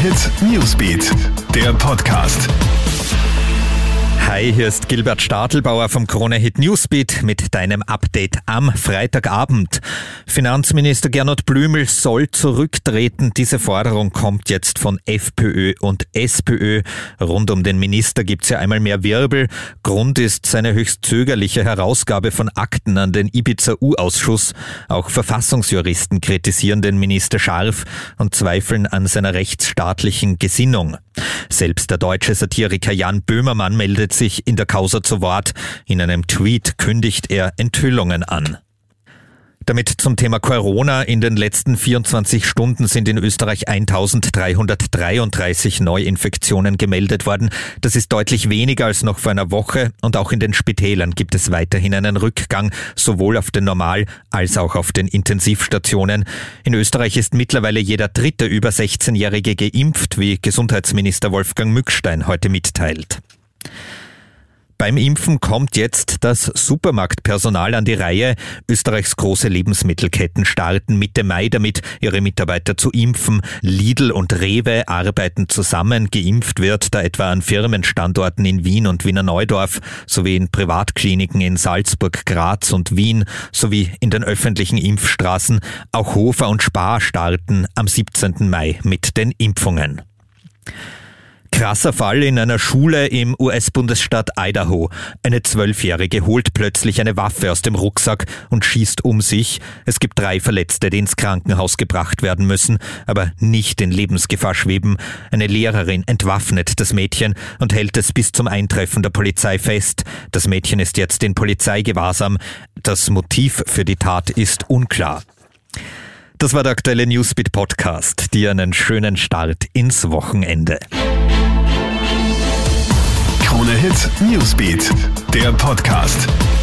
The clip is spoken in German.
Hit Newsbeat, der Podcast. Hi, hier ist Gilbert Stadelbauer vom Krone Hit Newsbeat mit deinem Update am Freitagabend. Finanzminister Gernot Blümel soll zurücktreten. Diese Forderung kommt jetzt von FPÖ und SPÖ. Rund um den Minister gibt's ja einmal mehr Wirbel. Grund ist seine höchst zögerliche Herausgabe von Akten an den Ibiza-U-Ausschuss. Auch Verfassungsjuristen kritisieren den Minister scharf und zweifeln an seiner rechtsstaatlichen Gesinnung. Selbst der deutsche Satiriker Jan Böhmermann meldet sich in der Causa zu Wort. In einem Tweet kündigt er Enthüllungen an. Damit zum Thema Corona. In den letzten 24 Stunden sind in Österreich 1333 Neuinfektionen gemeldet worden. Das ist deutlich weniger als noch vor einer Woche und auch in den Spitälern gibt es weiterhin einen Rückgang, sowohl auf den Normal- als auch auf den Intensivstationen. In Österreich ist mittlerweile jeder dritte über 16-Jährige geimpft, wie Gesundheitsminister Wolfgang Mückstein heute mitteilt. Beim Impfen kommt jetzt das Supermarktpersonal an die Reihe. Österreichs große Lebensmittelketten starten Mitte Mai damit, ihre Mitarbeiter zu impfen. Lidl und Rewe arbeiten zusammen. Geimpft wird da etwa an Firmenstandorten in Wien und Wiener Neudorf sowie in Privatkliniken in Salzburg, Graz und Wien sowie in den öffentlichen Impfstraßen. Auch Hofer und Spar starten am 17. Mai mit den Impfungen. Krasser Fall in einer Schule im US-Bundesstaat Idaho. Eine 12-Jährige holt plötzlich eine Waffe aus dem Rucksack und schießt um sich. Es gibt 3 Verletzte, die ins Krankenhaus gebracht werden müssen, aber nicht in Lebensgefahr schweben. Eine Lehrerin entwaffnet das Mädchen und hält es bis zum Eintreffen der Polizei fest. Das Mädchen ist jetzt in Polizeigewahrsam. Das Motiv für die Tat ist unklar. Das war der aktuelle Newsbeat-Podcast. Dir einen schönen Start ins Wochenende. Krone Hit Newsbeat, der Podcast.